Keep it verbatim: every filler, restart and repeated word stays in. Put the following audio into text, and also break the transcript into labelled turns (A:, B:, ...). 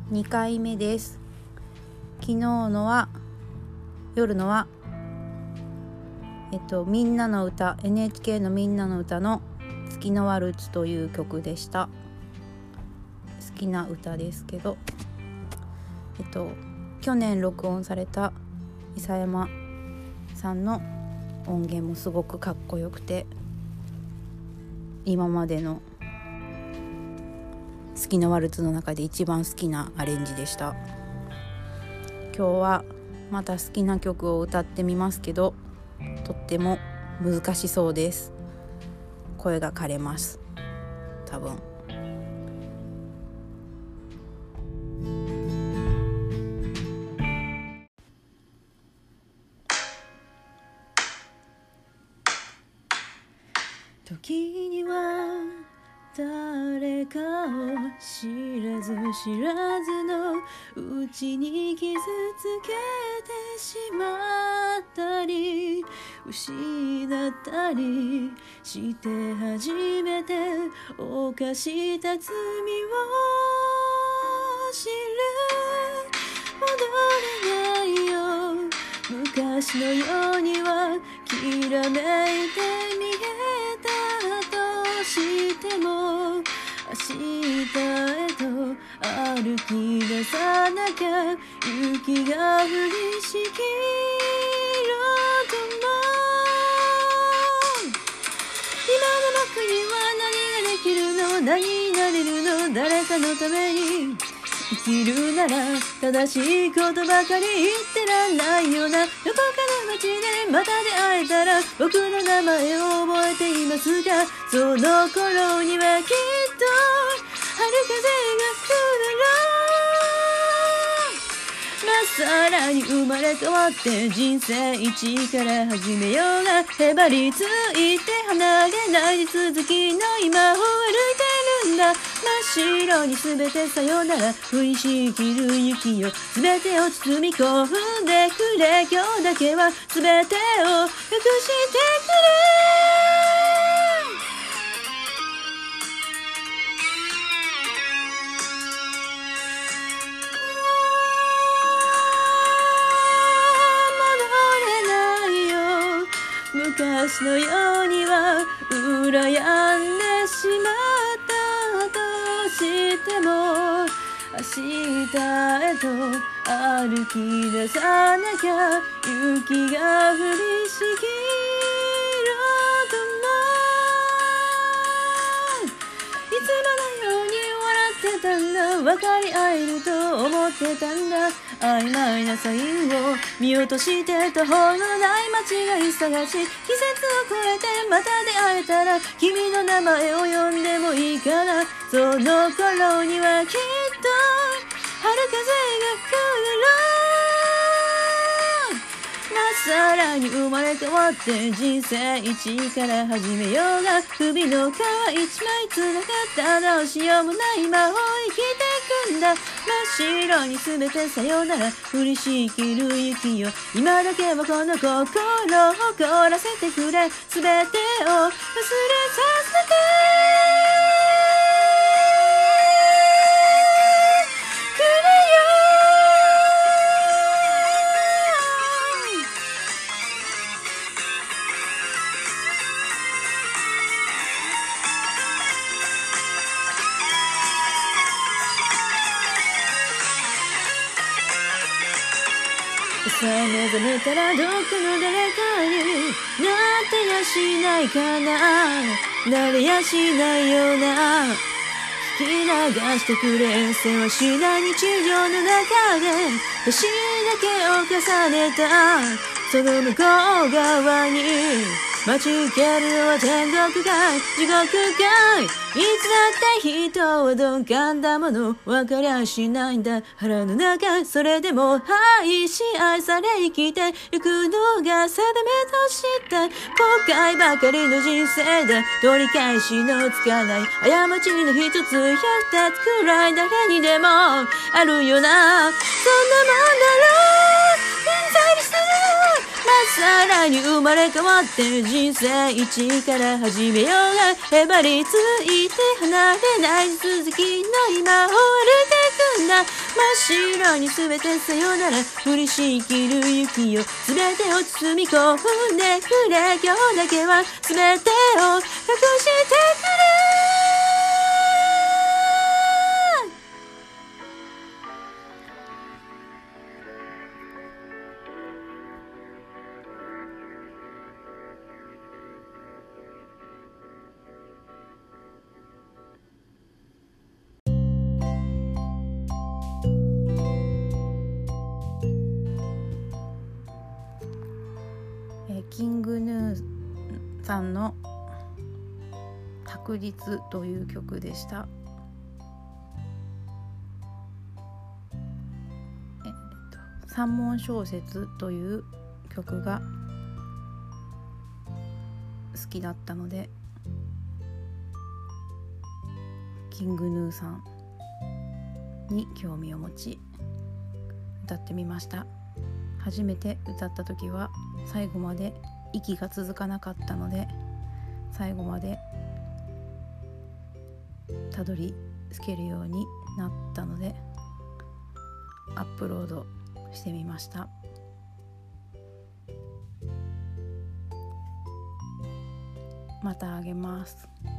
A: にかいめです。昨日のは夜のはえっとみんなの歌 エヌエイチケー のみんなの歌の月のワルツという曲でした。好きな歌ですけど、えっと去年録音された伊佐山さんの音源もすごくかっこよくて、今までの好きなワルツの中で一番好きなアレンジでした。今日はまた好きな曲を歌ってみますけど、とっても難しそうです。声が枯れます多分。時には誰かを知らず知らずのうちに傷つけてしまったり失ったりして初めて犯した罪を知る。戻れないよ昔のようにはきらめいて見えたとしても、明日へと歩き出さなきゃ雪が降りしきるとも。今の僕には何ができるの、何になれるの、誰かのために生きるなら正しいことばかり言ってらんないよな。どこかの街でまた出会えたら僕の名前を覚えていますか。その頃にはきっと春風が吹くだろう。まっさらに生まれ変わって人生一から始めようが、へばりついて離れない続きの今を歩いてるんだ。真っ白にすべてさよなら降りしきる雪よ、すべてを包み込んでくれ。今日だけはすべてを良くしてくれ。昔のようには羨んでしまったとしても、明日へと歩き出さなきゃ雪が降りしきるとも。いつものように笑ってたんだ、分かり合えると思ってたんだ。曖昧なサインを見落として途方のない街が忙しい。季節を超えてまた出会えたら君の名前を呼んでもいいかな。その頃にはきっと春風が吹くだろう。まっさらに生まれ変わって人生一から始めようが、首の皮一枚つながったどうしようもない今を生きていくんだ。真っ白にすべてさよなら降りしきる雪よ、今だけはこの心を凍らせてくれ。すべてを忘れさせて朝目覚めたらどっかの誰かになってやしないかな、なれやしないような聞き流してくれ。せわしない日常の中で年だけを重ねたその向こう側に待ち受けるのは天国かい地獄かい。いつだって人は鈍感だもの分かりゃしないんだ。腹の中それでも愛し愛され生きてゆくのが定めとした後悔ばかりの人生で取り返しのつかない過ちの一つや二つくらい誰にでもあるよな。そんなもんだろううんざりする。まっさらに生まれ変わって人生一から始めようが、へばりついて離れない続きの今を歩いていくんだ。真っ白にすべてさよなら、降りしきる雪よ、すべてを包み込んでくれ。今日だけはすべてを隠してくれ。キングヌーさんの確率という曲でした。えっと、三文小説という曲が好きだったので、キングヌーさんに興味を持ち歌ってみました。初めて歌った時は最後まで息が続かなかったので、最後までたどり着けるようになったのでアップロードしてみました。またあげます。